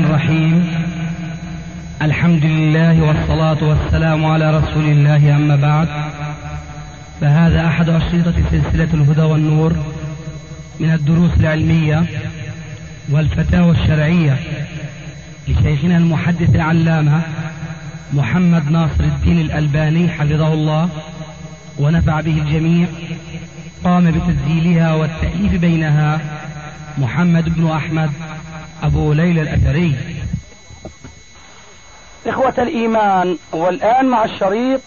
الرحيم. الحمد لله والصلاة والسلام على رسول الله، أما بعد، فهذا أحد أشرطة سلسلة الهدى والنور من الدروس العلمية والفتاوى الشرعية لشيخنا المحدث العلامة محمد ناصر الدين الألباني حفظه الله ونفع به الجميع. قام بتسجيلها والتأليف بينها محمد بن أحمد أبو ليلى الأثري. إخوة الإيمان، والآن مع الشريط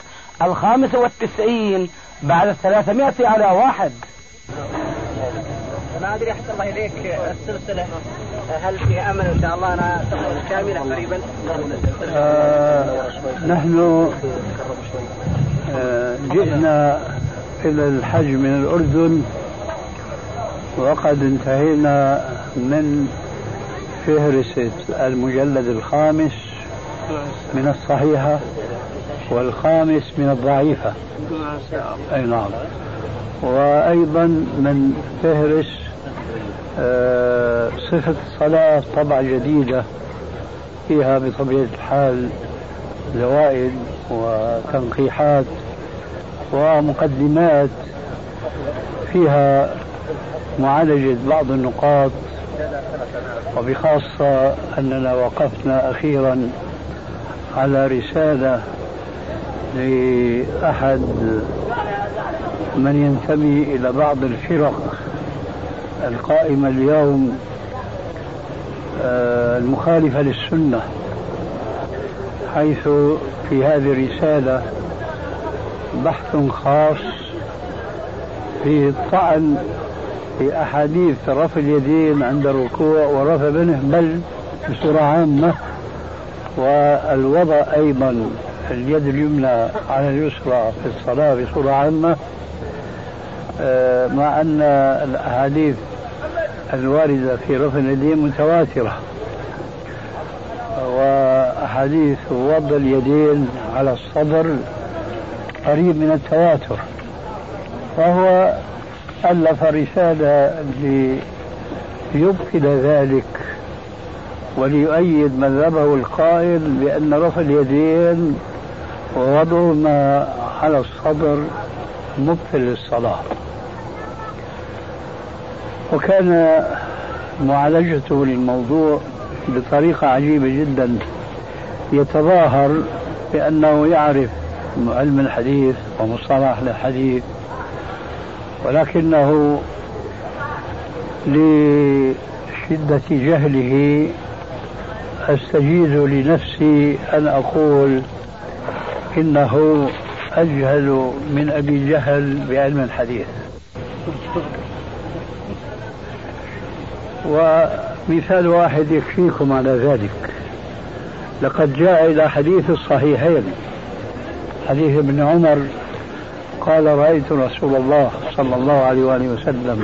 95 بعد 300 على 1. ما أدري أحسن الله إليك، السلسلة هل في أمل إن شاء الله أنا تخرج كاملة قريبا؟ نحن جئنا إلى الحج من الأردن، وقد انتهينا من فهرسة المجلد الخامس من الصحيحة والخامس من الضعيفة. أي نعم. وأيضا من فهرس صفة الصلاة، طبعة جديدة فيها بطبيعة الحال زوائد وتنقيحات ومقدمات فيها معالجة بعض النقاط، وبخاصة أننا وقفنا أخيرا على رسالة لأحد من ينتمي إلى بعض الفرق القائمة اليوم المخالفة للسنة، حيث في هذه الرسالة بحث خاص في الطعن في أحاديث رفع اليدين عند الركوع ورفع منه بل بصورة عامة، والوضع أيضا اليد اليمنى على اليسرى في الصلاة بصورة عامة، مع أن الأحاديث الواردة في رفع اليدين متواترة، وأحاديث وضع اليدين على الصدر قريب من التواتر. فهو ألف رسالة ليبطل ذلك وليؤيد مذهبه القائل بأن رفع اليدين ووضعهما على الصدر مبطل للصلاة. وكان معالجته للموضوع بطريقة عجيبة جدا، يتظاهر بأنه يعرف علم الحديث ومصطلح الحديث، ولكنه لشدة جهله أستجيز لنفسي أن أقول إنه أجهل من أبي جهل بعلم الحديث. ومثال واحد يكفيكم على ذلك. لقد جاء إلى حديث الصحيحين، حديث ابن عمر قال: رأيت رسول الله صلى الله عليه وآله وسلم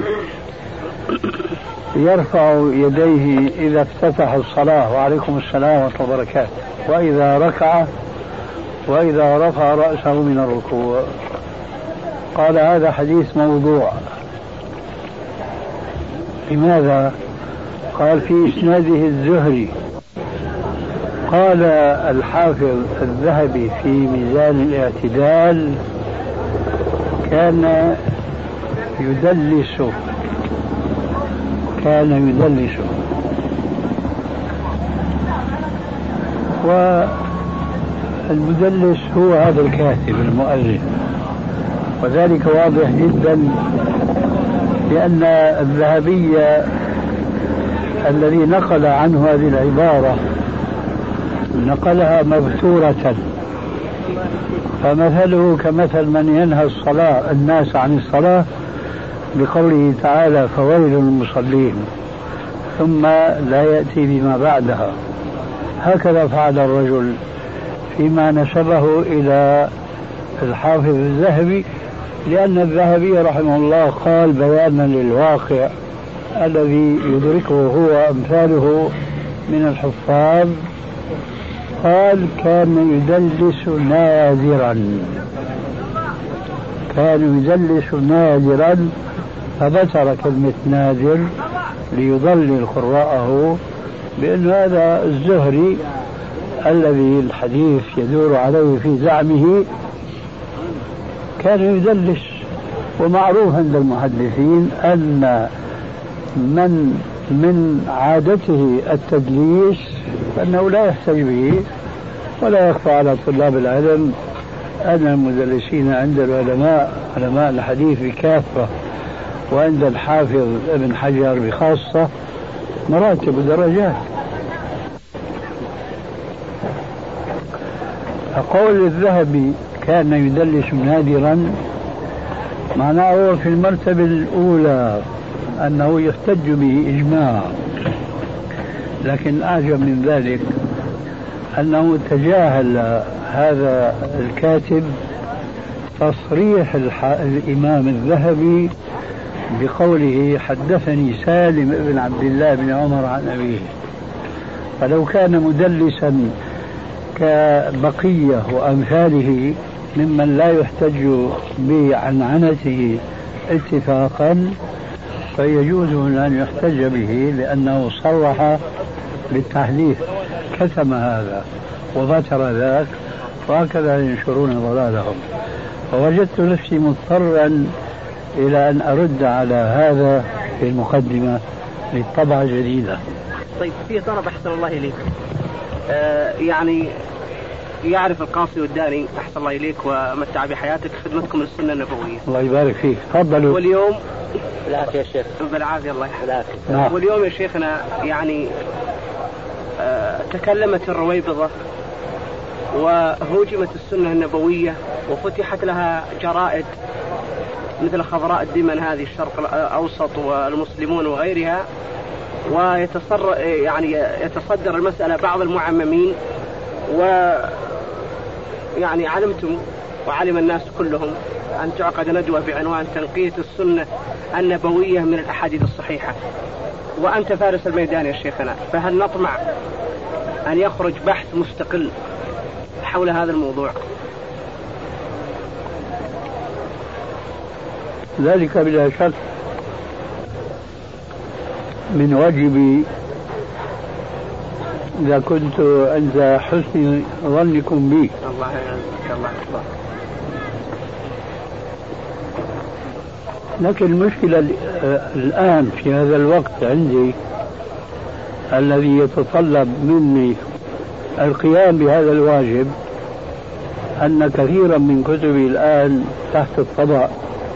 يرفع يديه إذا افتتح الصلاة، وعليكم السلام ورحمة الله وبركاته، وإذا ركع، وإذا رفع رأسه من الركوع. قال: هذا حديث موضوع. لماذا؟ قال: في إسناده الزهري. قال الحافظ الذهبي في ميزان الاعتدال: كان يدلس. والمدلس هو هذا الكاتب المؤلف، وذلك واضح جدا لأن الذهبي الذي نقل عنه هذه العبارة نقلها مبثورة، فمثله كمثل من ينهى الناس عن الصلاة بقوله تعالى: فويل للمصلين، ثم لا يأتي بما بعدها. هكذا فعل الرجل فيما نسبه إلى الحافظ الذهبي، لأن الذهبي رحمه الله قال بيانا للواقع الذي يدركه هو أمثاله من الحفاظ، قال: كان يدلس نادرا، فبتر كلمة نادر ليضلل قراءه بأن هذا الزهري الذي الحديث يدور عليه في زعمه كان يدلس، ومعروف عند المحدثين أن من عادته التدليس فإنه لا يحتج به، ولا يخفى على طلاب العلم أن المدلسين عند العلماء علماء الحديث بكافة وعند الحافظ ابن حجر بخاصة مراتب ودرجات. قول الذهبي كان يدلس نادرا معناه هو في المرتبة الأولى أنه يحتج به إجماع، لكن أعجب من ذلك أنه تجاهل هذا الكاتب تصريح الإمام الذهبي بقوله حدثني سالم بن عبد الله بن عمر عن أبيه. فلو كان مدلسا كبقية وأمثاله ممن لا يحتج بعنعنته اتفاقا فيجوز أن يحتج به لأنه صرح بالتحديث، كتم هذا وبتر ذاك، وهكذا ينشرون ضلالهم. فوجدت نفسي مضطرا إلى أن أرد على هذا في المقدمة للطبعة الجديدة. طيب في طلب أحسن الله إليك، يعني يعرف القاصي والداني أحسن الله إليك ومتع بحياتك خدمتكم للسنة النبوية. الله يبارك فيك، تفضلوا. واليوم بالعافية يا شيخ. بالعافية الله يحفظك. واليوم يا شيخنا يعني تكلمت الرويبضة وهوجمت السنة النبوية وفتحت لها جرائد مثل خضراء الدمن هذه الشرق الأوسط والمسلمون وغيرها، يتصدر المسألة بعض المعممين، ويعني علمتم وعلم الناس كلهم أن تعقد ندوة بعنوان تنقية السنة النبوية من الأحاديث الصحيحة، وأنت فارس الميدان يا شيخنا، فهل نطمع أن يخرج بحث مستقل حول هذا الموضوع؟ ذلك بلا شك من واجبي إذا كنت عند حسن ظنكم بي. الله يعزك الله يحفظك. لكن المشكلة الآن في هذا الوقت عندي الذي يتطلب مني القيام بهذا الواجب أن كثيرا من كتبي الآن تحت الطبع،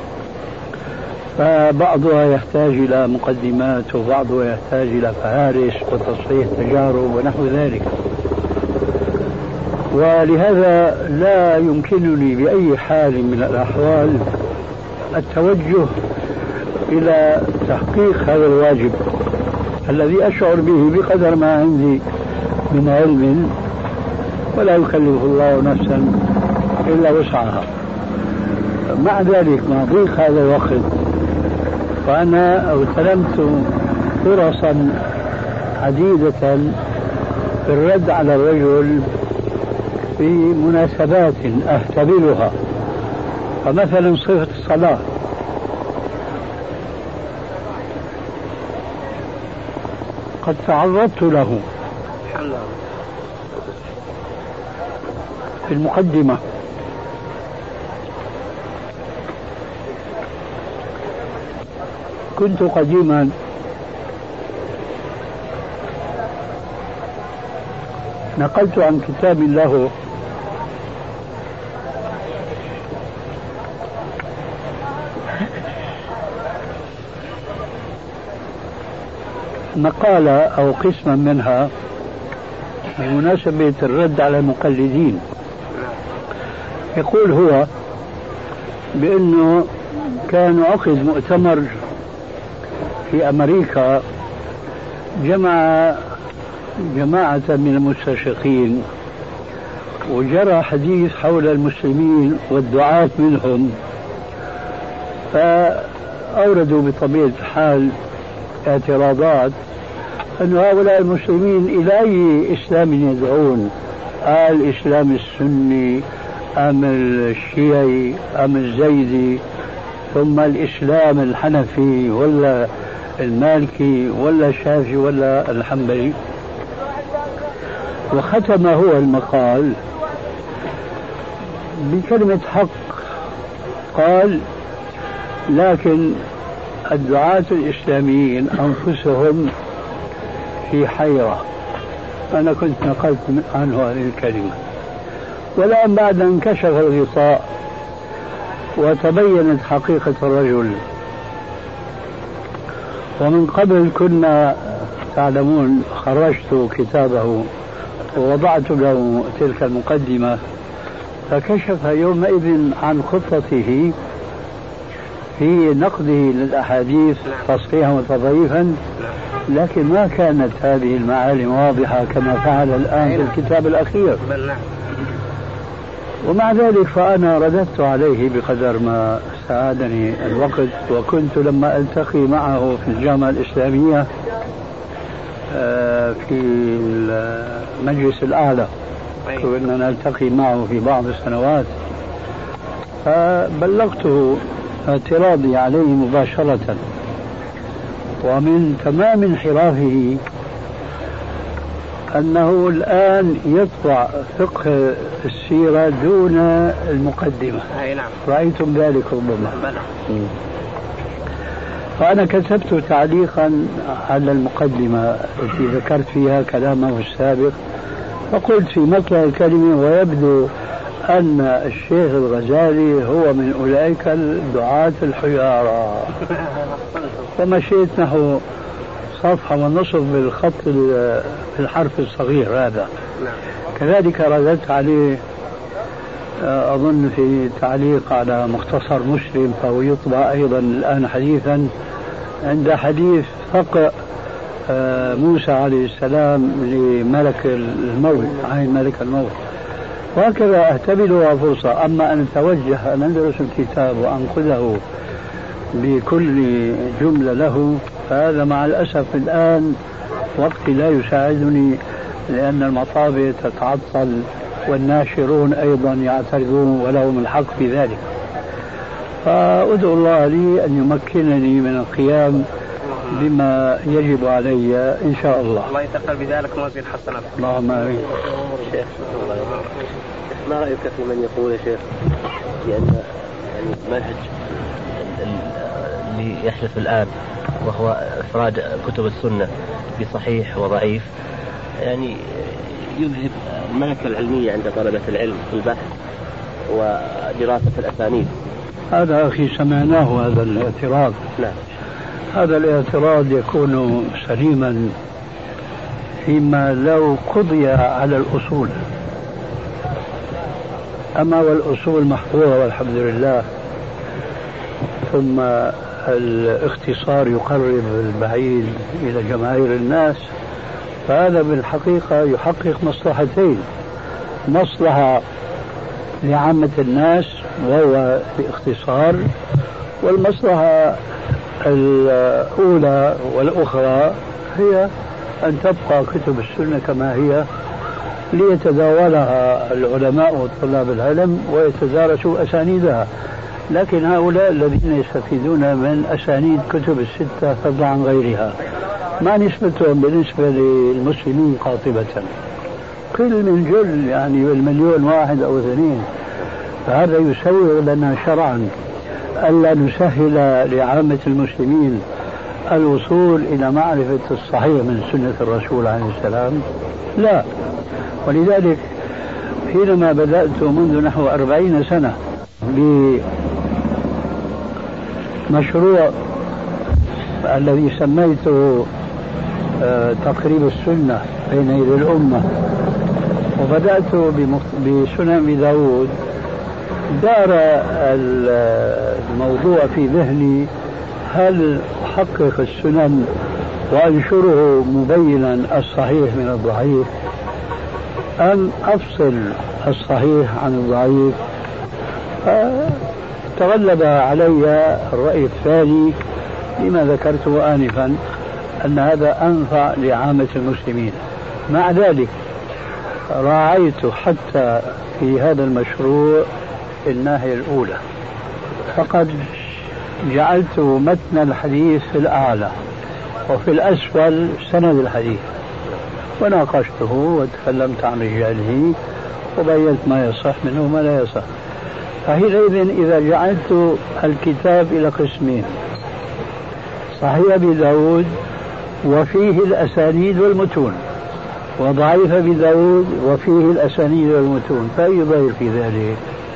فبعضها يحتاج إلى مقدمات وبعضها يحتاج إلى فهارس وتصحيح تجارب ونحو ذلك، ولهذا لا يمكنني بأي حال من الأحوال التوجه إلى تحقيق هذا الواجب الذي أشعر به بقدر ما عندي من علم، ولا يكلف الله نفسا إلا وسعها. مع ذلك مع ضيق هذا الوقت فأنا اغتنمت فرصا عديدة في الرد على الرجل في مناسبات أهتبلها، فمثلا صفة الصلاة قد تعرضت له في المقدمة، كنت قديما نقلت عن كتاب له مقالة أو قسما منها بمناسبة الرد على المقلدين. يقول هو بأنه كان عقد مؤتمر في أمريكا جمع جماعة من المستشرقين وجرى حديث حول المسلمين والدعاة منهم، فأوردوا بطبيعة الحال اعتراضات أن هؤلاء المسلمين إلى أي إسلام يدعون، الإسلام السني أم الشيعي أم الزيدي، ثم الإسلام الحنفي ولا المالكي ولا الشافعي ولا الحنبلي. وختم هو المقال بكلمة حق. قال: لكن الدعاة الإسلاميين أنفسهم في حيرة. أنا كنت نقلت عنه هذه الكلمة. والآن بعد أن انكشف الغطاء وتبينت حقيقة الرجل، ومن قبل كنا تعلمون خرجت كتابه ووضعت له تلك المقدمة، فكشف يومئذ عن خطته في نقده للأحاديث تصحيحا وتضعيفا، لكن ما كانت هذه المعالم واضحة كما فعل الآن في الكتاب الأخير. ومع ذلك فأنا رددت عليه بقدر ما ساعدني الوقت. وكنت لما ألتقي معه في الجامعة الإسلامية في المجلس الأعلى، كنا نلتقي معه في بعض السنوات، فبلغته اعتراضي عليه مباشرة. ومن تمام انحرافه أنه الآن يطبع فقه السيرة دون المقدمة. رأيتم ذلك ربما. فأنا كتبت تعليقا على المقدمة التي ذكرت فيها كلامه السابق، فقلت في مطلع الكلمة: ويبدو أن الشيخ الغزالي هو من أولئك الدعاة الحيارى. فمشيت نحو صفحة ونصف بالخط بالحرف الصغير هذا. كذلك رددت عليه أظن في تعليق على مختصر مسلم، فهو يطبع أيضا الآن حديثا عند حديث فقه موسى عليه السلام لملك الموت، عين ملك الموت. وهكذا أهتبلها فرصة. أما أن أتوجه أن أدرس الكتاب وأنقذه بكل جملة له، فهذا مع الأسف الآن وقتي لا يساعدني، لأن المطابع تتعطل والناشرون أيضا يعترضون ولهم الحق في ذلك. فأدعو الله لي أن يمكنني من القيام بما يجب علي إن شاء الله. الله يتقبل بذلك موازين حسنات. اللهم آمين. شيخ، ما رأيك في من يقول يا شيخ بأن المنهج اللي يحدث الآن وهو إفراد كتب السنة بصحيح وضعيف يعني يذهب الملكة العلمية عند طلبة العلم في البحث ودراسة الأسانيد؟ هذا أخي سمعناه هذا الاعتراض. نعم. هذا الاعتراض يكون سليما فيما لو قضي على الأصول، أما والأصول محفوظة والحمد لله، ثم الاختصار يقرب البعيد إلى جماهير الناس، فهذا بالحقيقة يحقق مصلحتين: مصلحة لعامة الناس وهو باختصار، والمصلحة الأولى والأخرى هي أن تبقى كتب السنة كما هي ليتداولها العلماء وطلاب العلم ويتدارسوا أسانيدها. لكن هؤلاء الذين يستفيدون من أسانيد كتب الستة فضلا عن غيرها ما نسبتهم بالنسبة للمسلمين قاطبة؟ قل من جل، يعني بالمليون واحد أو اثنين. فهذا يسوغ لنا شرعا ألا نسهل لعامة المسلمين الوصول إلى معرفة الصحيح من سنة الرسول عليه السلام؟ لا. ولذلك حينما بدأت منذ نحو 40 سنة بمشروع الذي سميته تقريب السنة بين يدي الأمة، وبدأت بسنن أبي داود، دار الموضوع في ذهني: هل أحقق السنن وأنشره مبينا الصحيح من الضعيف، أم أفصل الصحيح عن الضعيف؟ تغلب علي الرأي الثاني لما ذكرته آنفا، أن هذا أنفع لعامة المسلمين. مع ذلك راعيت حتى في هذا المشروع الناحية الأولى، فقد جعلت متن الحديث في الأعلى وفي الأسفل سند الحديث، وناقشته وتكلمت عن رجاله وبينت ما يصح منه وما لا يصح. فحينئذ إذا جعلت الكتاب إلى قسمين: صحيح أبي داود وفيه الأسانيد والمتون، وضعيف أبي داود وفيه الأسانيد والمتون، فأي ضير في ذلك؟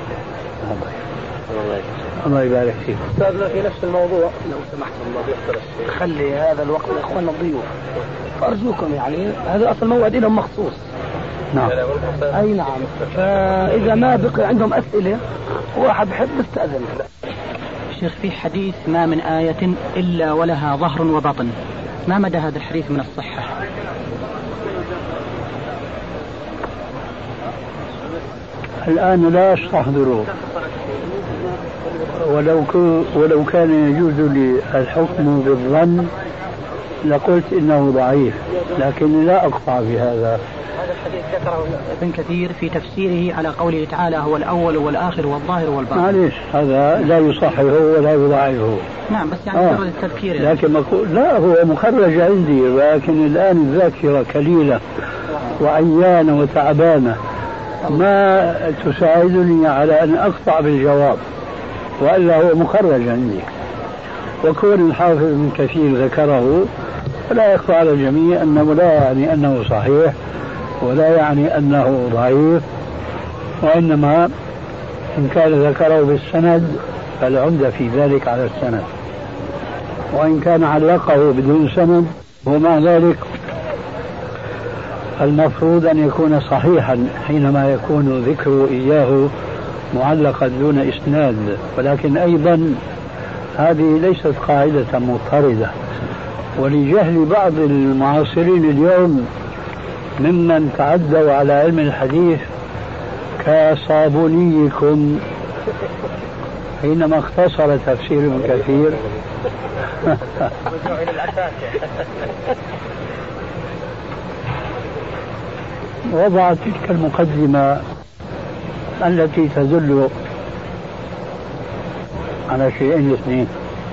الله يبارك فيك. أستاذنا في نفس الموضوع لو سمحت الله خلي هذا الوقت لإخواننا الضيوف، فأرجوكم يعني هذا أصل موعد لهم مخصوص. نعم. أي نعم. فإذا ما بقي عندهم أسئلة واحد بحب يستأذن. شيخ، في حديث: ما من آية إلا ولها ظهر وبطن، ما مدى هذا الحديث من الصحة؟ الآن لا أستحضره، ولو كان يجوز لي الحكم بالظن لقلت إنه ضعيف، لكن لا أقطع بهذا. هذا الحديث ذكره ابن كثير في تفسيره على قوله تعالى: هو الأول والآخر والظاهر والباطن. معليش، هذا لا يصححه ولا يضعفه. نعم، بس يعني مجرد التذكير يعني. لكن لا، هو مخرج عندي، ولكن الآن الذاكرة كليلة وعيانة وتعبانة، ما تساعدني على أن أقطع بالجواب، وإلا هو مخرج عندي. وكون الحافظ ابن كثير ذكره فلا يخفى على الجميع أنه لا يعني أنه صحيح ولا يعني أنه ضعيف، وإنما إن كان ذكره بالسند فالعمدة في ذلك على السند، وإن كان علقه بدون سند ومع ذلك المفروض أن يكون صحيحا حينما يكون ذكر إياه معلقا دون إسناد. ولكن أيضا هذه ليست قاعدة مضطردة، ولجهل بعض المعاصرين اليوم ممن تعدوا على علم الحديث كصابونيكم حينما اختصر تفسير ابن كثير وضع تلك المقدمة التي تدل على شيئين اثنين: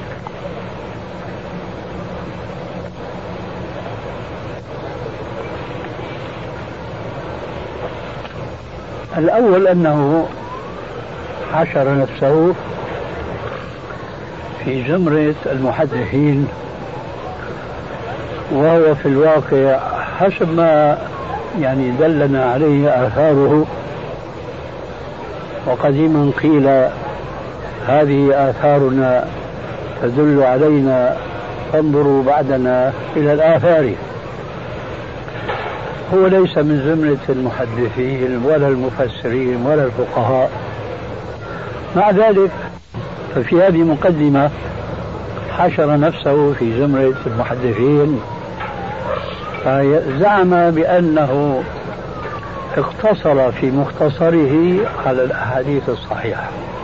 الأول أنه حشر نفسه في زمرة المحدثين، وهو في الواقع حسب ما يعني دلنا عليه آثاره. وقديما قيل: هذه آثارنا تدل علينا، فانظروا بعدنا إلى الآثار. هو ليس من زمرة المحدثين ولا المفسرين ولا الفقهاء. مع ذلك ففي هذه مقدمة حشر نفسه في زمرة المحدثين، فزعم بأنه اقتصر في مختصره على الأحاديث الصحيحة.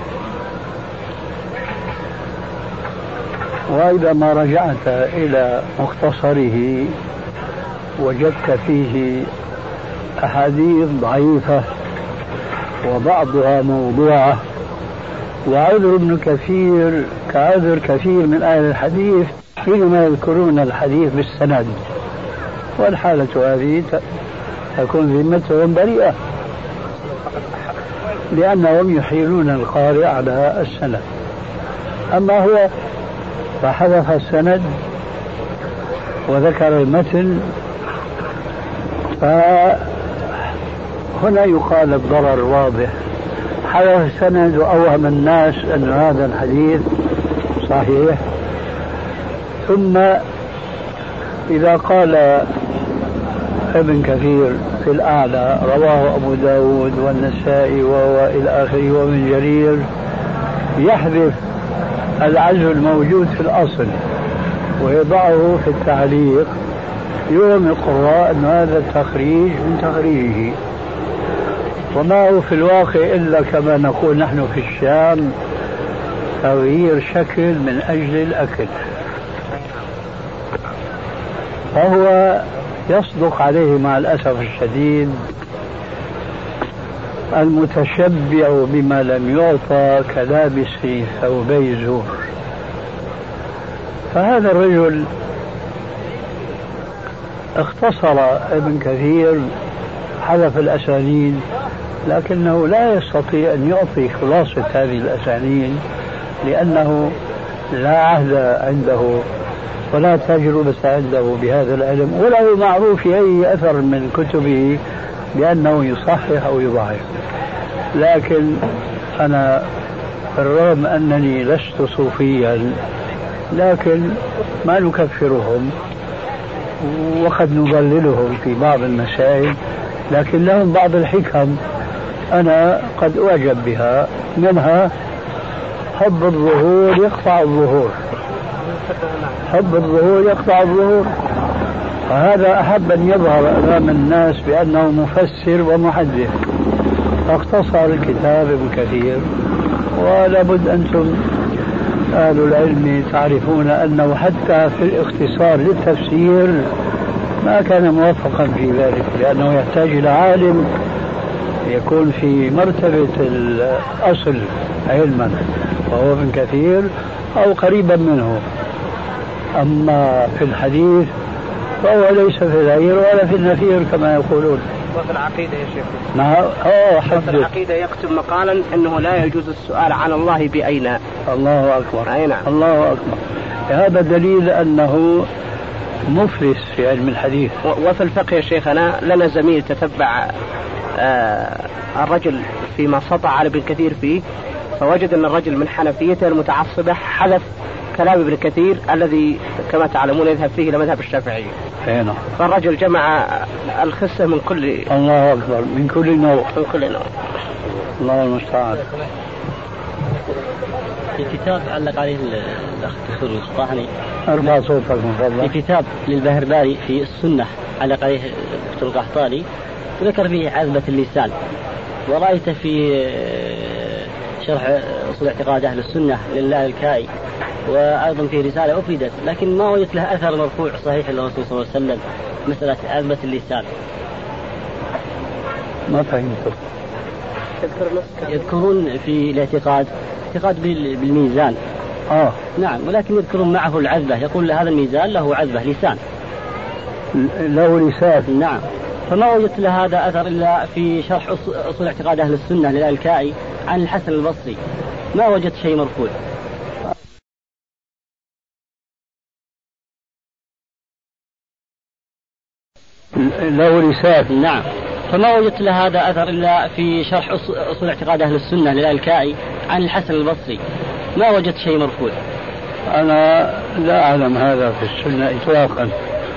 وإذا ما رجعت إلى مختصره وجدت فيه أحاديث ضعيفة وبعضها موضوعة، وعذر ابن كثير كعذر كثير من أهل الحديث حينما يذكرون الحديث بالسند، والحالة هذه تكون ذمتهم بريئة لأنهم يحيلون القارئ على السند. أما هو فحذف السند وذكر المتن، فهنا يقال الضرر واضح. حذف السند وأوهم الناس أن هذا الحديث صحيح، ثم إذا قال ابن كثير في الأعلى رواه أبو داود والنسائي وهو إلى آخره ومن جرير، يحذف العزو الموجود في الأصل ويضعه في التعليق، يوهم القراء أن هذا التخريج من تخريجه، وما هو في الواقع إلا كما نقول نحن في الشام تغيير شكل من أجل الأكل. فهو يصدق عليه مع الأسف الشديد المتشبع بما لم يعطى كلابس ثوبي زور. اختصر ابن كثير، حذف الأسانيد، لكنه لا يستطيع أن يعطي خلاصة هذه الأسانيد لأنه لا عهد عنده ولا تجربة عنده بهذا العلم، وله معروف في أي أثر من كتبه بأنه يصحح أو يضعف. لكن أنا بالرغم أنني لست صوفيا لكن ما نكفرهم وقد نضللهم في بعض المسائل، لكن لهم بعض الحكم أنا قد أعجب بها، منها حب الظهور يقطع الظهور، حب الظهور يقطع الظهور، فهذا أحب أن يظهر أمام الناس بأنه مفسر ومحدث، فاختصر الكتاب ابن كثير. ولابد أنتم أهل العلم تعرفون أنه حتى في الاختصار للتفسير ما كان موفقا في ذلك، لأنه يحتاج إلى عالم يكون في مرتبة الأصل علما وهو ابن كثير أو قريبا منه. أما في الحديث فهو ليس في العير ولا في النفير كما يقولون. وفي العقيدة يا شيخ، وفي العقيدة يكتب مقالا أنه لا يجوز السؤال عن الله بأين. الله أكبر. أي نعم. الله أكبر. هذا دليل أنه مفلس في علم الحديث. وفي الفقه يا شيخنا لنا زميل تتبع الرجل فيما سطع على ابن كثير فيه، فوجد أن الرجل من حنفيته المتعصبة حذف كلام ابن كثير الذي كما تعلمون يذهب فيه إلى مذهب الشافعية. هنا. فالرجل جمع الخسة من كل. الله أكبر. من كل نوع. من كل نوع. الله المستعان. في كتاب علق عليه الأخ الدكتور القحطاني. ارفع صوتك من فضلك. في كتاب للبهرداري في السنة علق عليه الدكتور القحطاني وذكر فيه عذبة اللسان، ورأيت في شرح أصول اعتقاد أهل السنة لله الكائي، وأيضا في رسالة أفردت لكن ما وجدت لها أثر مرفوع صحيح للرسول صلى الله عليه وسلم مسألة عذبة اللسان. ما فهمت. يذكرون في الاعتقاد اعتقاد بالميزان. نعم، ولكن يذكرون معه العذبة، يقول هذا الميزان له عذبة لسان. له لسان. نعم. فما وجدت له هذا أثر إلا في شرح أصول اعتقاد أهل السنة لله الكائي عن الحسن البصري، ما وجدت شيء مرفوع. له لسان. نعم. فما وجدت له هذا أثر إلا في شرح أصول اعتقاد أهل السنة لله الكائي عن الحسن البصري، ما وجدت شيء مرفوع. أنا لا أعلم هذا في السنة إطلاقا،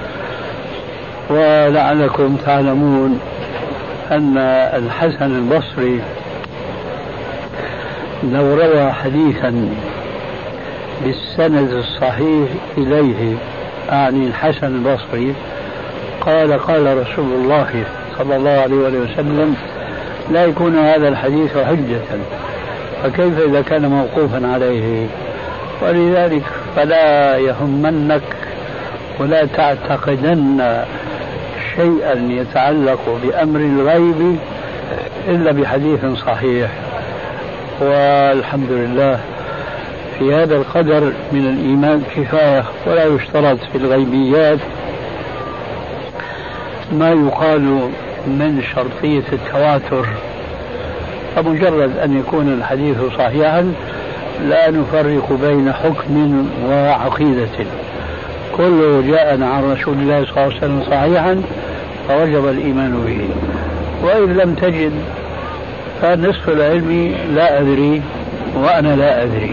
ولعلكم تعلمون أن الحسن البصري لو روى حديثا بالسند الصحيح إليه، أعني الحسن البصري، قال رسول الله صلى الله عليه وسلم، لا يكون هذا الحديث حجة، فكيف إذا كان موقوفا عليه؟ ولذلك فلا يهمنك ولا تعتقدن شيئا يتعلق بأمر الغيب إلا بحديث صحيح. والحمد لله في هذا القدر من الإيمان كفاية، ولا يشترط في الغيبيات ما يقال من شرطية التواتر، فمجرد أن يكون الحديث صحيحا لا نفرق بين حكم وعقيدة، كله جاءنا عن رسول الله صلى الله عليه وسلم صحيحا فوجب الإيمان به، وإن لم تجد فنصف العلم لا أدري وأنا لا أدري.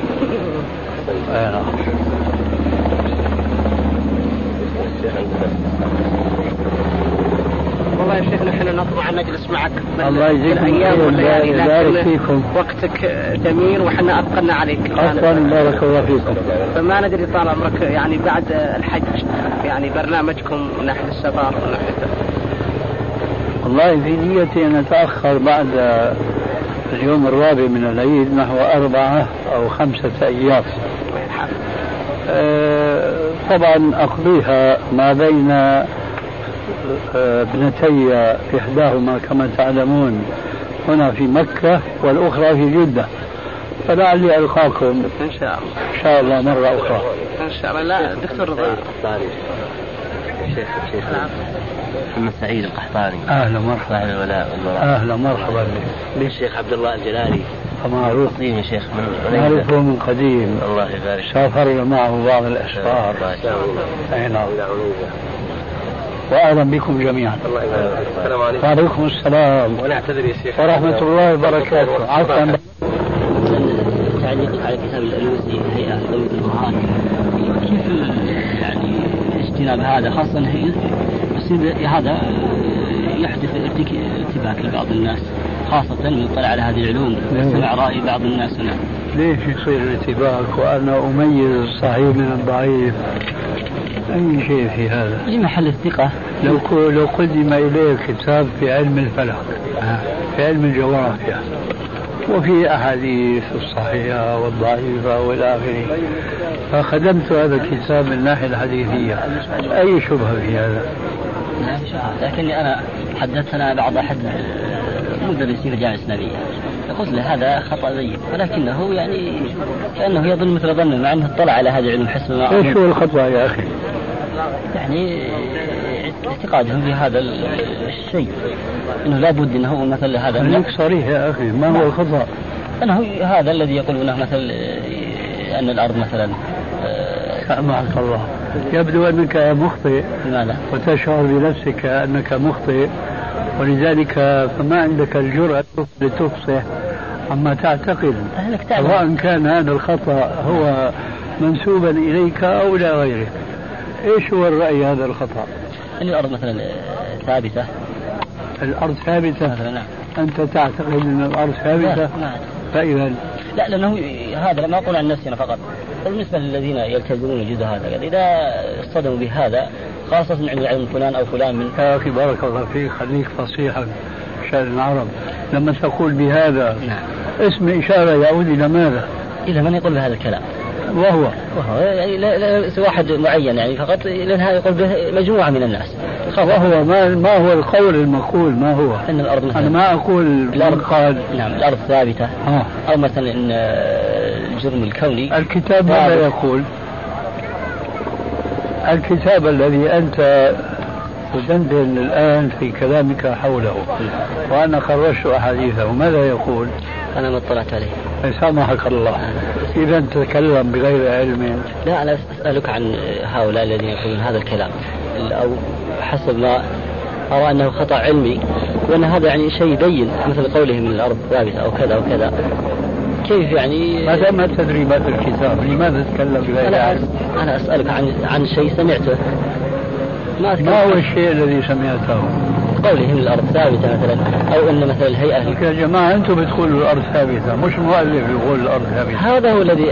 والله يا شيخ نحن نطمع أن نجلس معك الله يجزيكم الأيام والليالي، بارك فيكم. وقتك جميل وحنا أثقلنا عليك أصلا. بارك الله فيكم. فما ندري طال عمرك يعني بعد الحج يعني برنامجكم من ناحية السفر ومن ناحية. والله في نيتي أن أتأخر بعد اليوم الرابع من العيد نحو 4 أو 5 أيام. طبعا أقضيها ما بين ابنتي، إحداهما كما تعلمون هنا في مكة والأخرى في جدة، فلعلي ألقاكم إن شاء الله. إن شاء الله مرة أخرى إن شاء الله. لا دكتور رضا. شيخ محمد سعيد القحطاني. أهلا مرحبا. صاحب الولاء والبراء. أهلا مرحبا بك. بالشيخ عبد الله الجلالي. معروف. قديم يا شيخ من نعرفه من قديم. الله يبارك. سافرنا معه بعض الأسفار. أي نعم. وأهلا بكم جميعا. الله يبارك. السلام عليكم. وعليكم السلام. ونعتذر يا شيخ. ورحمة الله وبركاته. عفوا. تعليقك على كتاب الألوسي هيئة ذوي البرهان، كيف يعني اجتناب هذا، خاصة يصير هذا يحدث ارتباك لبعض الناس، خاصة من يطلع على هذه العلوم وسمع رأي بعض الناس هنا. ليش يصير ارتباك وأنا أميز الصحيح من الضعيف؟ أي شيء في هذا؟ في محل الثقة. لو قدم إليه كتاب في علم الفلك، في علم الجغرافيا، وفي أحاديث الصحيحة والضعيفة والى آخره، فخدمت هذا الكتاب من الناحية الحديثية، أي شبهة في هذا؟ لا شبهة، لكني أنا حدثنا بعض أحد مدرسين في الجامعة الإسلامية، قلت له هذا خطأ ذيب، ولكنه يعني كأنه يظن مثل ظنه، مع أنه اطلع على هذا العلم حسب ما. إيش هو الخطأ يا أخي؟ يعني اعتقادهم في هذا الشيء انه لابد انه مثل هذا. خليك صريح يا اخي، ما هو الخطأ؟ انه هذا الذي يقولونه مثل ان الارض مثلا. سامحك الله، يبدو انك مخطئ. لماذا؟ وتشعر بنفسك انك مخطئ، ولذلك فما عندك الجرأة لتفصح عما تعتقد، سواء كان هذا الخطأ هو منسوبا اليك او الى غيرك. ايش هو الرأي هذا الخطأ؟ ان الارض مثلا ثابتة. الارض ثابتة مثلا؟ نعم. انت تعتقد ان الارض ثابتة؟ نعم. فاذا لا، لانه هذا ما اقول عن نفسي انا فقط، بالنسبة للذين يلتزمون الجزء هذا، اذا اصطدموا بهذا خاصة عند علم فلان او فلان من. يا اخي بارك الله فيك، خليك فصيحا شأن العرب. لما تقول بهذا، نعم، اسم إشارة يعود إلى ماذا؟ إلى من يقول بهذا الكلام. وهو يعني لا واحد معين يعني فقط، لأنها يقول به مجموعة من الناس. وهو ما هو القول المقول؟ ما هو؟ أن الأرض مثلا، أنا ما أقول الأرض قال. نعم، الأرض ثابتة. أو مثلا إن الجرم الكوني. الكتاب ماذا يقول؟ الكتاب الذي أنت تدندن الآن في كلامك حوله وأنا خرجت أحاديثه، ماذا يقول؟ أنا ما اطلعت عليه. سامحك الله. إذا تتكلم بغير علم. لا، أنا أسألك عن هؤلاء الذين يقولون هذا الكلام، أو حسب ما أرى أنه خطأ علمي، وأن هذا يعني شيء يبين مثل قولهم الأرض ثابتة أو كذا وكذا. كيف يعني؟ ما تدري ما في الكتاب، لماذا تتكلم بغير علم؟ أنا أسألك عن شيء سمعته. ما هو الشيء الذي سمعته؟ قولهم الأرض ثابتة مثلا، أو أن مثلا الهيئة. يا جماعة أنتم بتقولوا الأرض ثابتة، مش المؤلف يقول الأرض ثابتة. هذا هو الذي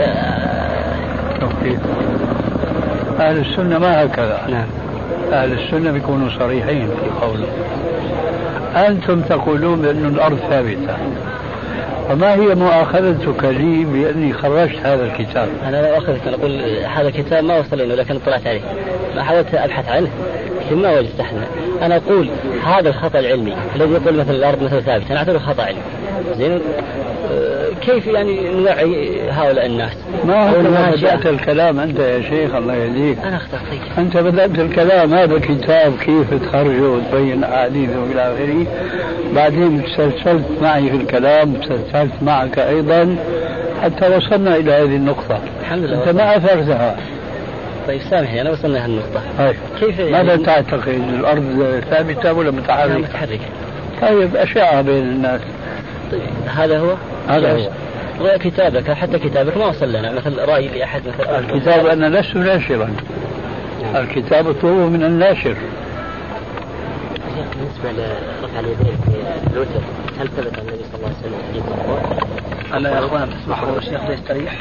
أهل السنة ما هكذا. نعم. أهل السنة بيكونوا صريحين في قوله. أنتم تقولون بأن الأرض ثابتة، فما هي مؤاخذتك لي بأني خرجت هذا الكتاب؟ أنا لا أخذك، أنا أقول هذا الكتاب ما وصل إنه، لكن طلعت عليه، ما حاولت أبحث عنه لكن ما وجدت احنا. أنا أقول هذا الخطأ العلمي الذي يقول مثلا الأرض مثلا ثابتة، أنا أعتبره خطأ علمي. زين، كيف يعني نوعي هؤلاء الناس؟ ما هو بدأت الكلام أنت يا شيخ، الله يهديك. أنا اخطأت. أنت بدأت الكلام، هذا كتاب كيف تخرجه وتبين أحاديثه وإلى آخره، بعدين تسلسلت معي في الكلام، تسلسلت معك أيضا حتى وصلنا إلى هذه النقطة. الحمد لله. أنت ما أثرتها. طيب سامحني، أنا وصلنا لهذه النقطة. كيف يعني؟ ماذا تعتقد؟ الأرض ثابتة ولا متحركة؟ متحركة. طيب أشعة بين الناس. طيب هذا هو. كتابك، حتى كتابك ما وصل لنا مثل رأي لأحد مثل الكتاب. أنا لست ناشرا. الكتاب طلب من الناشر. بالنسبة لرفع اليدين في الوتر، هل ثبت عن النبي صلى الله عليه وسلم حديث مرفوع؟ أنا يا أخوان تسمحوا الشيخ يستريح.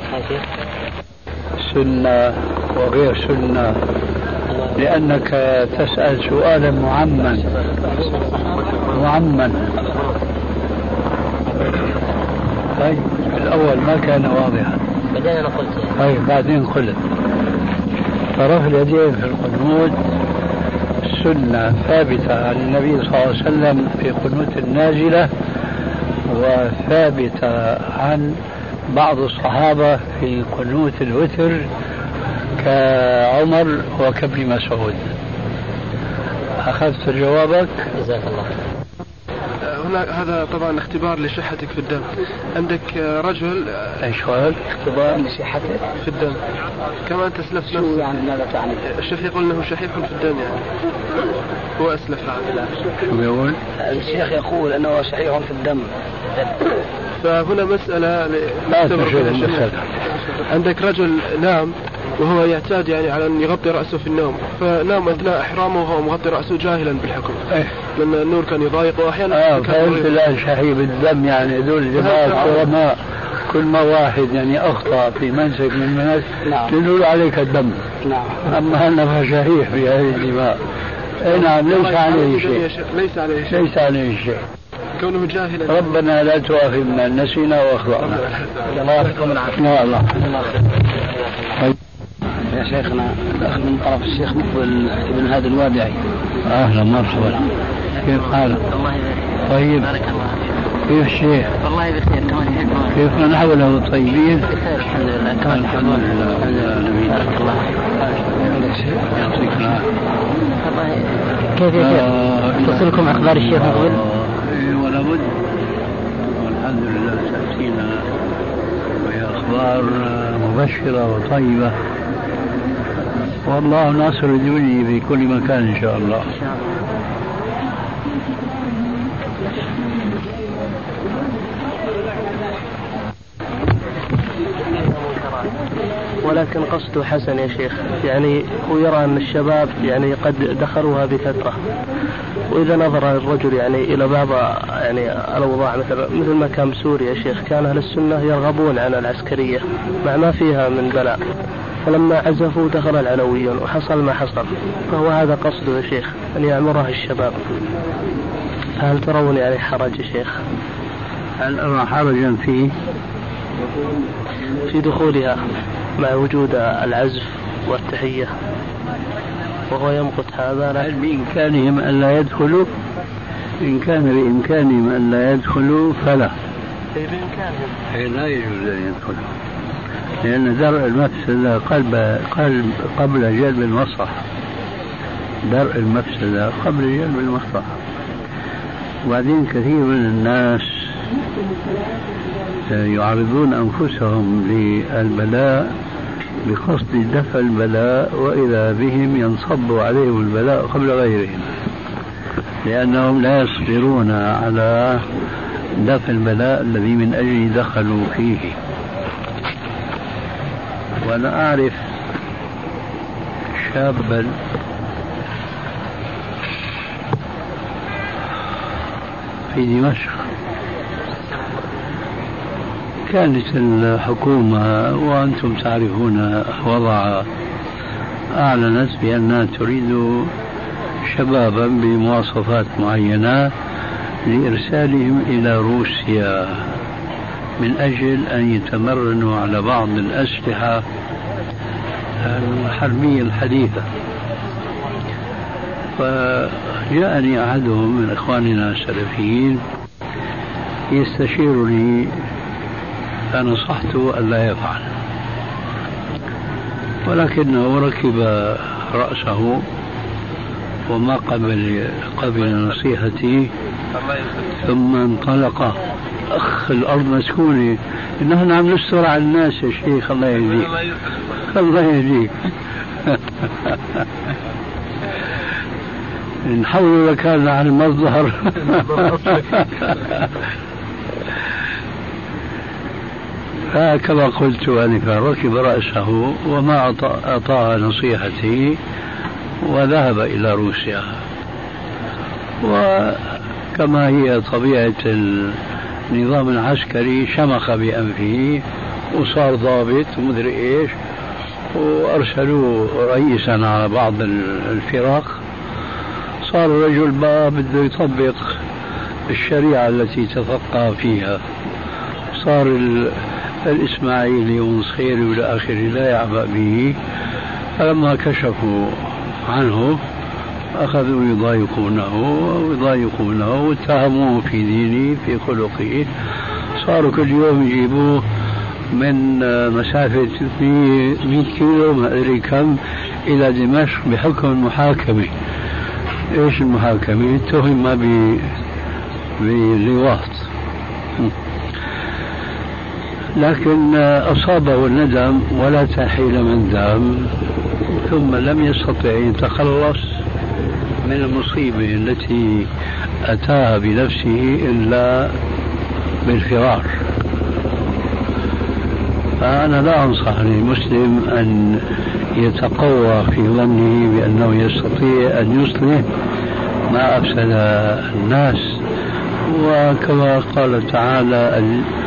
سنة وغير سنة، لأنك تسأل سؤالا معمّن. طيب الأول ما كان واضحا، بعدين أنا قلت. طيب بعدين قلت رفع اليدين في القنوت سنة ثابتة عن النبي صلى الله عليه وسلم في قنوت النازلة، وثابتة عن بعض الصحابة في قنوت الوتر كعمر وكابن مسعود. أخذت جوابك؟ جزاك الله. هنا هذا طبعا اختبار لشحتك في الدم. عندك رجل ايش قال؟ اختبار لصحتك في الدم كما انت اسلفت شو نفسك. يعني ماذا تعني؟ الشيخ يقول انه شحيح في الدم يعني هو اسلف هذا. شو بيقول؟ الشيخ يقول انه شحيح في الدم. فهنا مسألة لا تشغل. عندك رجل نام وهو يعتاد يعني على أن يغطي رأسه في النوم، فنام أثناء إحرامه وهو مغطي رأسه جاهلا بالحكم لأن النور كان يضايقه وأحيانا فهمت الآن شحيح بالدم يعني هذول الجماعة الكرماء كل ما واحد يعني أخطأ في منسك من المناسك يقول عليك الدم. نعم. أما أنا فشحيح في هذه الدماء. نعم ليس عليه شيء. ليس عليه شيء. كونه جاهلا. ربنا لا تؤاخذنا نسينا واخطأنا. الله يعطيكم العافية. الله. يا شيخنا من طرف الشيخ مقبل ابن هادي الوادعي. اهلا مرحبا. كيف حالك؟ الله يبارك. طيب. بارك الله. كيف الشيخ؟ والله بخير كمان يحبون. كيف نحوله طيبين؟ بخير الحمد لله كمان يحبون. بارك الله. يعطيك العافية. والله كيف يا شيخ؟ تصلكم اخبار الشيخ مقبل؟ ولا بد. والحمد لله تأتينا وهي أخبار مبشرة وطيبة، والله ناصر الدنيا في كل مكان إن شاء الله. ولكن قصده حسن يا شيخ، يعني هو يرى أن الشباب يعني قد دخلوها بكثرة، وإذا نظر الرجل يعني إلى بعض يعني الأوضاع مثل ما كان بسوريا يا شيخ، كان أهل السنة يرغبون عن العسكرية مع ما فيها من بلاء، فلما عزفوا دخل العلويون وحصل ما حصل، فهو هذا قصده يا شيخ أن يعمرها الشباب. فهل ترون يعني حرج يا شيخ؟ هل أرى حرجا في دخولها مع وجود العزف والتحية وهو يمقت هذا؟ هل بإمكانهم أن لا يدخلوا؟ إن كان بإمكانهم أن لا يدخلوا فلا. بإمكانهم. لا يجوز أن يدخلوا، لأن درء المفسدة قبل جلب المصلحة. درء المفسدة قبل جلب المصلحة. وبعدين كثير من الناس يعرضون أنفسهم للبلاء بقصد دفع البلاء، وإذا بهم ينصب عليهم البلاء قبل غيرهم، لأنهم لا يصبرون على دفع البلاء الذي من أجل دخلوا فيه. وأنا أعرف شابا في دمشق، كانت الحكومة وأنتم تعرفون وضع أعلنت بأنها تريد شبابا بمواصفات معينة لإرسالهم إلى روسيا من أجل أن يتمرنوا على بعض الأسلحة الحربية الحديثة. فجاءني أحدهم من إخواننا السلفيين يستشيرني، فنصحته ألا يفعل، ولكنه ركب رأسه وما قبل نصيحتي، ثم انطلق. الأرض مسكونة، نحن عم نستر على الناس يا شيخ. الله يهديك الله يهديك. نحول لك هذا عن المصدر. كما قلت آنفا، ركب رأسه وما أطاع نصيحتي وذهب إلى روسيا. وكما هي طبيعة النظام العسكري شمخ بأنفه وصار ضابط ومدري إيش، وأرسلوه رئيسا على بعض الفرق. صار الرجل بده يطبق الشريعة التي تفقه فيها، صار الإسماعيلي والصخيري والى آخره لا يعبأ به. فلما كشفوا عنه أخذوا يضايقونه واتهموه في دينه في خلقه. صاروا كل يوم يجيبوه من مسافة 100 كيلو ما أدري كم إلى دمشق بحكم المحاكمة. ايش المحاكمة؟ اتهم بلواط، لكن أصابه الندم ولا تحيل من دام، ثم لم يستطع أن يتخلص من المصيبة التي أتاها بنفسه إلا بالفرار. فأنا لا أنصح للمسلم أن يتقوى في ظنه بأنه يستطيع أن يصلح ما أفسد الناس. وكما قال تعالى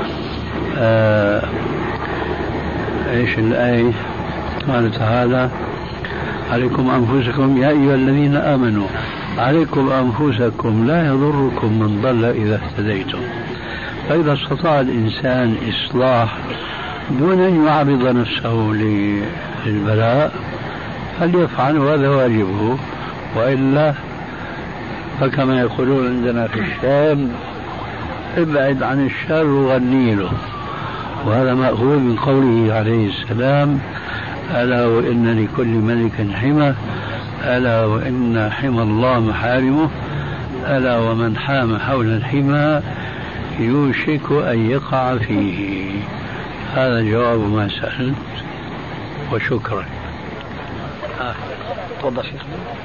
ايش الآية؟ قال تعالى: عليكم أنفسكم يا أيها الذين آمنوا عليكم أنفسكم لا يضركم من ضل إذا اهتديتم. فإذا استطاع الإنسان إصلاح دون أن يعرض نفسه للبلاء فليفعل، وهذا واجبه. وإلا فكما يقولون عندنا في الشام: ابعد عن الشر وغني له. وهذا مأخوذ من قوله عليه السلام: ألا وإن لكل ملك حمى، ألا وإن حمى الله محارمه، ألا ومن حام حول الحمى يوشك أن يقع فيه. هذا جواب ما سألت، وشكرا. تفضل شيخ.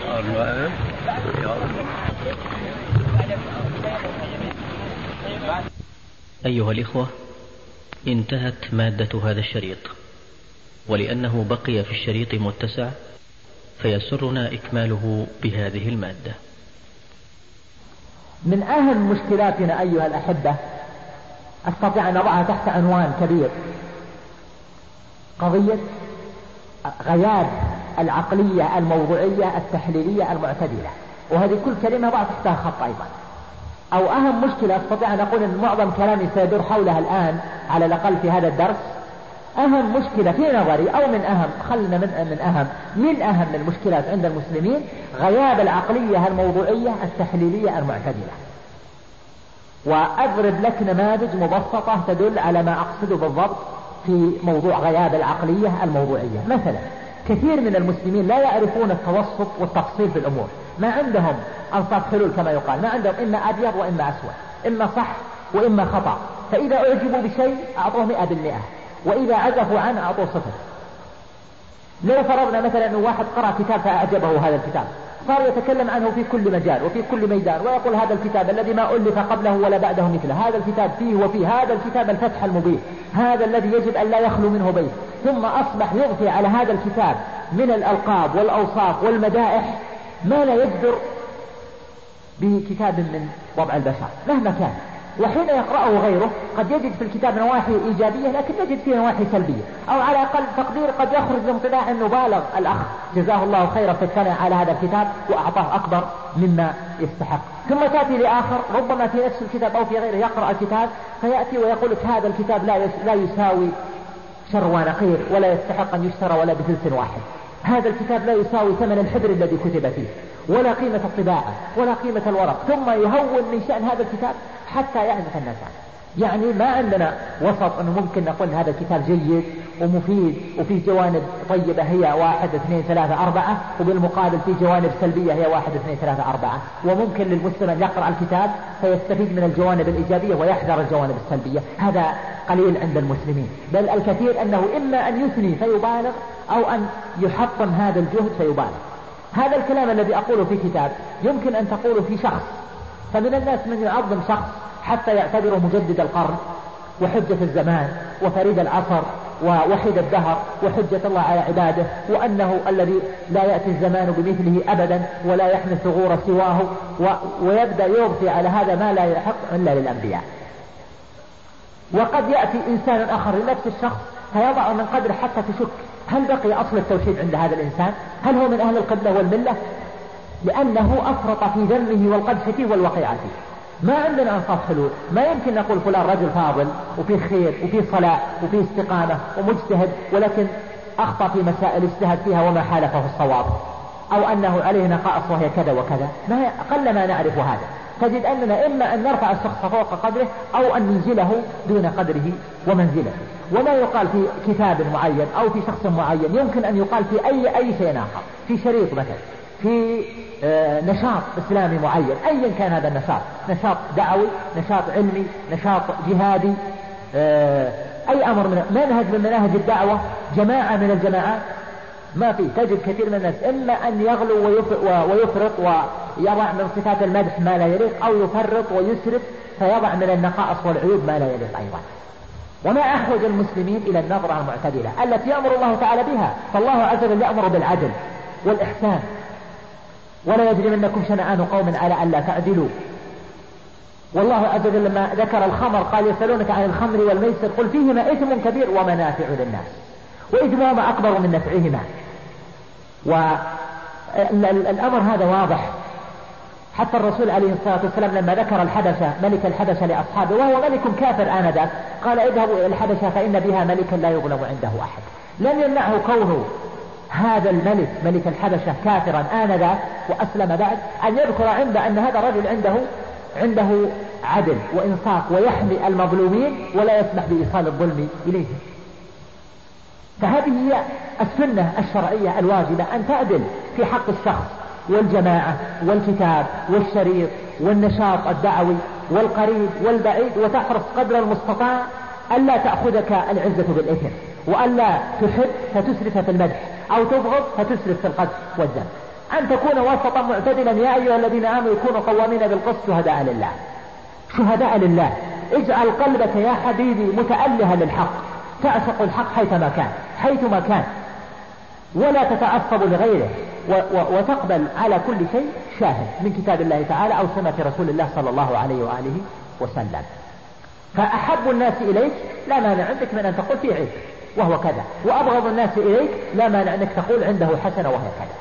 أيها الإخوة، انتهت مادة هذا الشريط، ولأنه بقي في الشريط متسع فيسرنا إكماله بهذه المادة. من أهم مشكلاتنا أيها الأحبة أستطيع أن أضعها تحت عنوان كبير: قضية غياب العقلية الموضوعية التحليلية المعتدلة. وهذه كل كلمة ضع تحتها خط أيضا. أو أهم مشكلة أستطيع أن أقول أن معظم كلامي سيدور حولها الآن على الأقل في هذا الدرس. أهم مشكلة في نظري، أو من أهم، خلنا من أهم المشكلات عند المسلمين غياب العقلية الموضوعية التحليلية المعتدلة. وأضرب لك نماذج مبسطة تدل على ما أقصده بالضبط في موضوع غياب العقلية الموضوعية. مثلا كثير من المسلمين لا يعرفون التوسط والتفصيل في الأمور، ما عندهم أنصاف حلول كما يقال، ما عندهم إما أبيض وإما أسود، إما صح وإما خطأ. فإذا أعجبوا بشيء أعطوه 100%، وإذا عزفوا عنه أعطوه 0. لو فرضنا مثلا أن واحد قرأ كتاب فأعجبه هذا الكتاب، صار يتكلم عنه في كل مجال وفي كل ميدان، ويقول هذا الكتاب الذي ما ألف قبله ولا بعده مثله، هذا الكتاب فيه وفيه، هذا الكتاب الفتح المبين، هذا الذي يجب أن لا يخلو منه بيت. ثم أصبح يضفي على هذا الكتاب من الألقاب والأوصاف والمدائح ما لا يجدر بكتاب من وضع البشر مهما كان. وحين يقرأه غيره قد يجد في الكتاب نواحي إيجابية لكن يجد فيه نواحي سلبية، أو على أقل تقدير قد يخرج بانطباع أنه بالغ الأخ جزاه الله خيرا في الثناء على هذا الكتاب وأعطاه أكبر مما يستحق. ثم تأتي لآخر ربما في نفس الكتاب أو في غيره يقرأ الكتاب فيأتي ويقول لك هذا الكتاب لا يساوي شر ونقير ولا يستحق أن يشترى ولا بثلث واحد، هذا الكتاب لا يساوي ثمن الحبر الذي كتب فيه ولا قيمة الطباعة ولا قيمة الورق، ثم يهون من شأن هذا الكتاب حتى يعرف الناس عنه. يعني ما عندنا وسط أنه ممكن نقول هذا الكتاب جيد ومفيد وفيه جوانب طيبة هي 1 2 3 4، وبالمقابل فيه جوانب سلبية هي 1 2 3 4. وممكن للمسلم أن يقرأ الكتاب فيستفيد من الجوانب الإيجابية ويحذر الجوانب السلبية. هذا قليل عند المسلمين، بل الكثير أنه إما أن يثني فيبالغ أو أن يحطم هذا الجهد فيبالغ. هذا الكلام الذي أقوله في كتاب يمكن أن تقوله في شخص، فمن الناس من يعظم شخص حتى يعتبره مجدد القرن وحجة الزمان وفريد العصر ووحيد الدهر وحجة الله على عباده، وأنه الذي لا يأتي الزمان بمثله أبدا ولا يحمل ثغور سواه، ويبدأ يضفي على هذا ما لا يحق إلا للأنبياء. وقد يأتي إنسان آخر لنفس الشخص فيضع من قدر حتى تشك هل بقي أصل التوحيد عند هذا الإنسان؟ هل هو من أهل القبلة والملة؟ لأنه أفرط في ذمه والقدح فيه والوقيعة فيه. ما عندنا أنصاف حلول، ما يمكن نقول فلان رجل فاضل وفيه خير وفيه صلاح وفيه استقامة ومجتهد ولكن أخطأ في مسائل اجتهد فيها وما حالفه الصواب، أو أنه عليه نقائص وهي كذا وكذا. قل ما نعرف هذا. تجد أننا إما أن نرفع الشخص فوق قدره أو أن ننزله دون قدره ومنزله. وما يقال في كتاب معين أو في شخص معين يمكن أن يقال في أي شيء آخر، في شريط مثلا في نشاط إسلامي معين، أيا كان هذا النشاط، نشاط دعوي، نشاط علمي، نشاط جهادي، أي أمر من منهج من مناهج الدعوة، جماعة من الجماعات، ما في. تجد كثير من الناس إما أن يغلو ويفرط ويضع من صفات المدح ما لا يليق، أو يفرط ويسرف فيضع من النقائص والعيوب ما لا يليق أيضا. وما أحوج المسلمين إلى النظرة المعتدلة التي يأمر الله تعالى بها. فالله عز وجل يأمر بالعدل والإحسان، ولا يجرمنكم شنآن قوم على ألا تعدلوا. والله عز وجل لما ذكر الخمر قال يسألونك عن الخمر والميسر قل فيهما إثم كبير ومنافع للناس وإثمهما أكبر من نفعهما. والأمر هذا واضح. حتى الرسول عليه الصلاة والسلام لما ذكر الحبشة ملك الحبشة لأصحابه وهو ملك كافر آنذاك قال اذهبوا إلى الحبشة فإن بها ملكا لا يظلم عنده أحد. لم يمنعه كونه هذا الملك ملك الحبشة كافرا آنذاك وأسلم بعد أن يذكر عنده أن هذا الرجل عنده عدل وإنصاف ويحمي المظلومين ولا يسمح بإيصال الظلم إليهم. فهذه هي السنة الشرعية الواجبة، أن تعدل في حق الشخص والجماعة والكتاب والشريط والنشاط الدعوي والقريب والبعيد، وتحرص قدر المستطاع ألا تأخذك العزة بالإثم، وألا تحب فتسرف في المدح، أو تبغض فتسرف في القذف والذم. أن تكون وسطا معتدلا. يا أيها الذين آمنوا يكونوا قوامين بالقسط شهداء لله. شهداء لله. اجعل قلبك يا حبيبي متألها للحق، تعشق الحق حيثما كان ولا تتعصب لغيره، وتقبل على كل شيء شاهد من كتاب الله تعالى أو سنة رسول الله صلى الله عليه وآله وسلم. فأحب الناس إليك لا مانع عندك من أن تقول فيه عيب وهو كذا، وأبغض الناس إليك لا مانع أنك تقول عنده حسنة وهي كذا.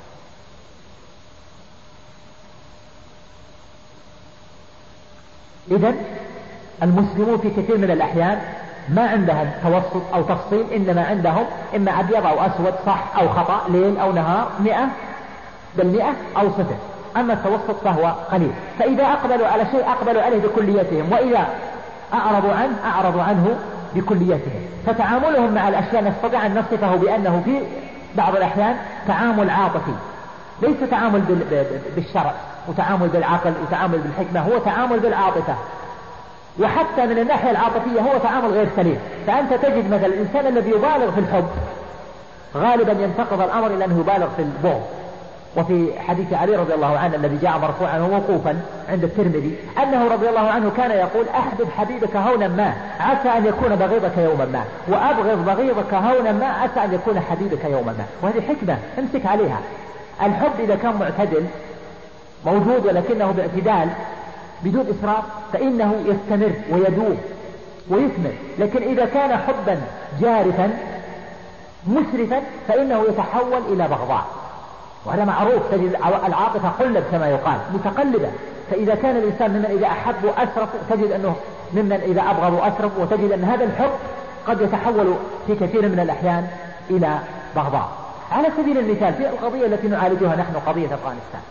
إذن المسلمون في كثير من الأحيان ما عندهم توسط أو تفصيل، إنما عندهم إما أبيض أو أسود، صح أو خطأ، ليل أو نهار، 100% أو 0. أما التوسط فهو قليل. فإذا أقبلوا على شيء أقبلوا عليه بكليتهم، وإذا أعرضوا عنه بكليتهم. فتعاملهم مع الأشياء نستطيع أن نصفه بأنه في بعض الأحيان تعامل عاطفي، ليس تعامل بالشرع وتعامل بالعقل وتعامل بالحكمة، هو تعامل بالعاطفة. وحتى من الناحية العاطفية هو تعامل غير سليم. فأنت تجد مثلا الإنسان الذي يبالغ في الحب غالبا ينتقض الأمر إلى أنه يبالغ في البغض. وفي حديث علي رضي الله عنه الذي جاء مرفوعا وموقوفا عند الترمذي أنه رضي الله عنه كان يقول أحبب حبيبك هونا ما عسى أن يكون بغيضك يوما ما، وأبغض بغيضك هونا ما عسى أن يكون حبيبك يوما ما. وهذه حكمة امسك عليها. الحب إذا كان معتدل موجود ولكنه باعتدال بدون إسراف فإنه يستمر ويدوم ويثمر. لكن إذا كان حبا جارفا مسرفا فإنه يتحول إلى بغضاء، وهذا معروف. تجد العاطفة قلب كما يقال متقلبة. فإذا كان الإنسان ممن إذا أحب أسرف تجد أنه ممن إذا أبغض أسرف، وتجد أن هذا الحب قد يتحول في كثير من الأحيان إلى بغضاء. على سبيل المثال في القضية التي نعالجها نحن قضية أفغانستان،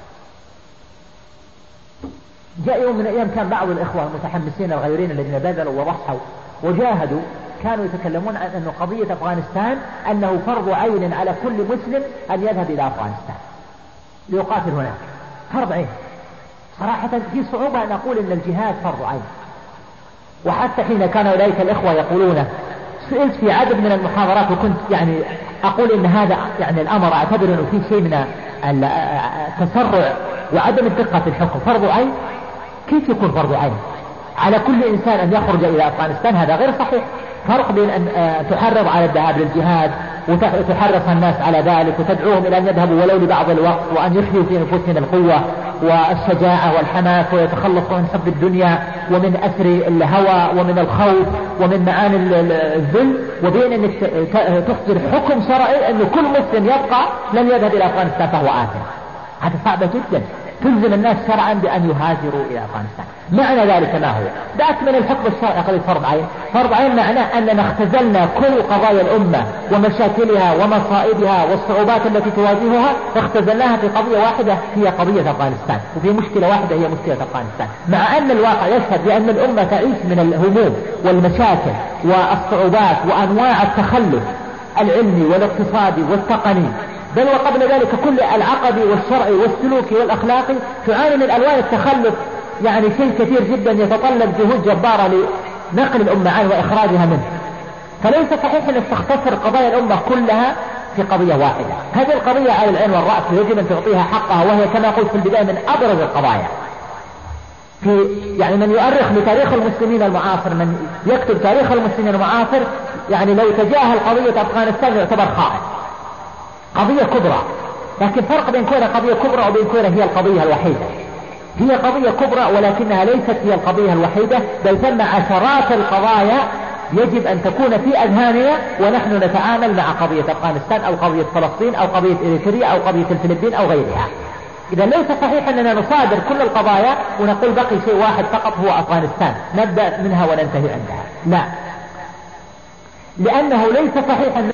جاء يوم من الأيام كان بعض الإخوة المتحمسين الغيورين الذين بذلوا وضحوا وجاهدوا كانوا يتكلمون عن أن قضية أفغانستان أنه فرض عين على كل مسلم أن يذهب إلى أفغانستان ليقاتل هناك، فرض عين. صراحة في صعوبة أن أقول أن الجهاد فرض عين. وحتى حين كان أولئك الإخوة يقولون، سئلت في عدد من المحاضرات وكنت يعني أقول إن هذا يعني الأمر أعتبر أنه فيه شيء من التسرع وعدم الدقة في الحكم. فرض عين كيف يكون فرض عين على كل إنسان أن يخرج إلى أفغانستان؟ هذا غير صحيح. فرق بين أن تحرض على الذهاب للجهاد وتحرص الناس على ذلك وتدعوهم إلى أن يذهبوا ولو لبعض الوقت، وأن يحيوا في أنفسهم القوة والشجاعة والحماس ويتخلصوا من حب الدنيا ومن أسر الهوى ومن الخوف ومن معاني الذل، وبين أن تصدر حكم شرعي أن كل مسلم يبقى لن يذهب إلى أفغانستان فهو آثم. هذا صعب جدا. تلزم الناس شرعا بأن يهاجروا إلى أفغانستان. معنى ذلك ما هو؟ ذاك من الحكم الشرعي قضية فرض عين. فرض عين معناه أننا اختزلنا كل قضايا الأمة ومشاكلها ومصائبها والصعوبات التي تواجهها، اختزلناها في قضية واحدة هي قضية أفغانستان، وفي مشكلة واحدة هي مشكلة أفغانستان. مع أن الواقع يشهد بأن الأمة تعيش من الهموم والمشاكل والصعوبات وأنواع التخلف العلمي والاقتصادي والتقني بل وقبل ذلك كل العقدي والشرعي والسلوكي والأخلاقي تعاني من ألوان التخلف، يعني شيء كثير جدا يتطلب جهود جبارة لنقل الأمة عنه وإخراجها منه. فليس صحيح أن تختصر قضايا الأمة كلها في قضية واحدة. هذه القضية على العين والرأس يجب أن تعطيها حقها، وهي كما قلت في البداية من أبرز القضايا. يعني من يؤرخ لتاريخ المسلمين المعاصر، من يكتب تاريخ المسلمين المعاصر، يعني لو تجاهل قضية أفغانستان يعتبر خائن. قضية كبرى، لكن فرق بين كونها قضية كبرى وبين كونها هي القضية الوحيدة. هي قضية كبرى ولكنها ليست هي القضية الوحيدة، بل ثم عشرات القضايا يجب أن تكون في أذهاننا ونحن نتعامل مع قضية أفغانستان أو قضية فلسطين أو قضية إريتريا أو قضية الفلبين أو غيرها. إذا ليس صحيح أننا نصادر كل القضايا ونقول بقي شيء واحد فقط هو أفغانستان نبدأ منها وننتهي عندها، لا، لأنه ليس صحيح أن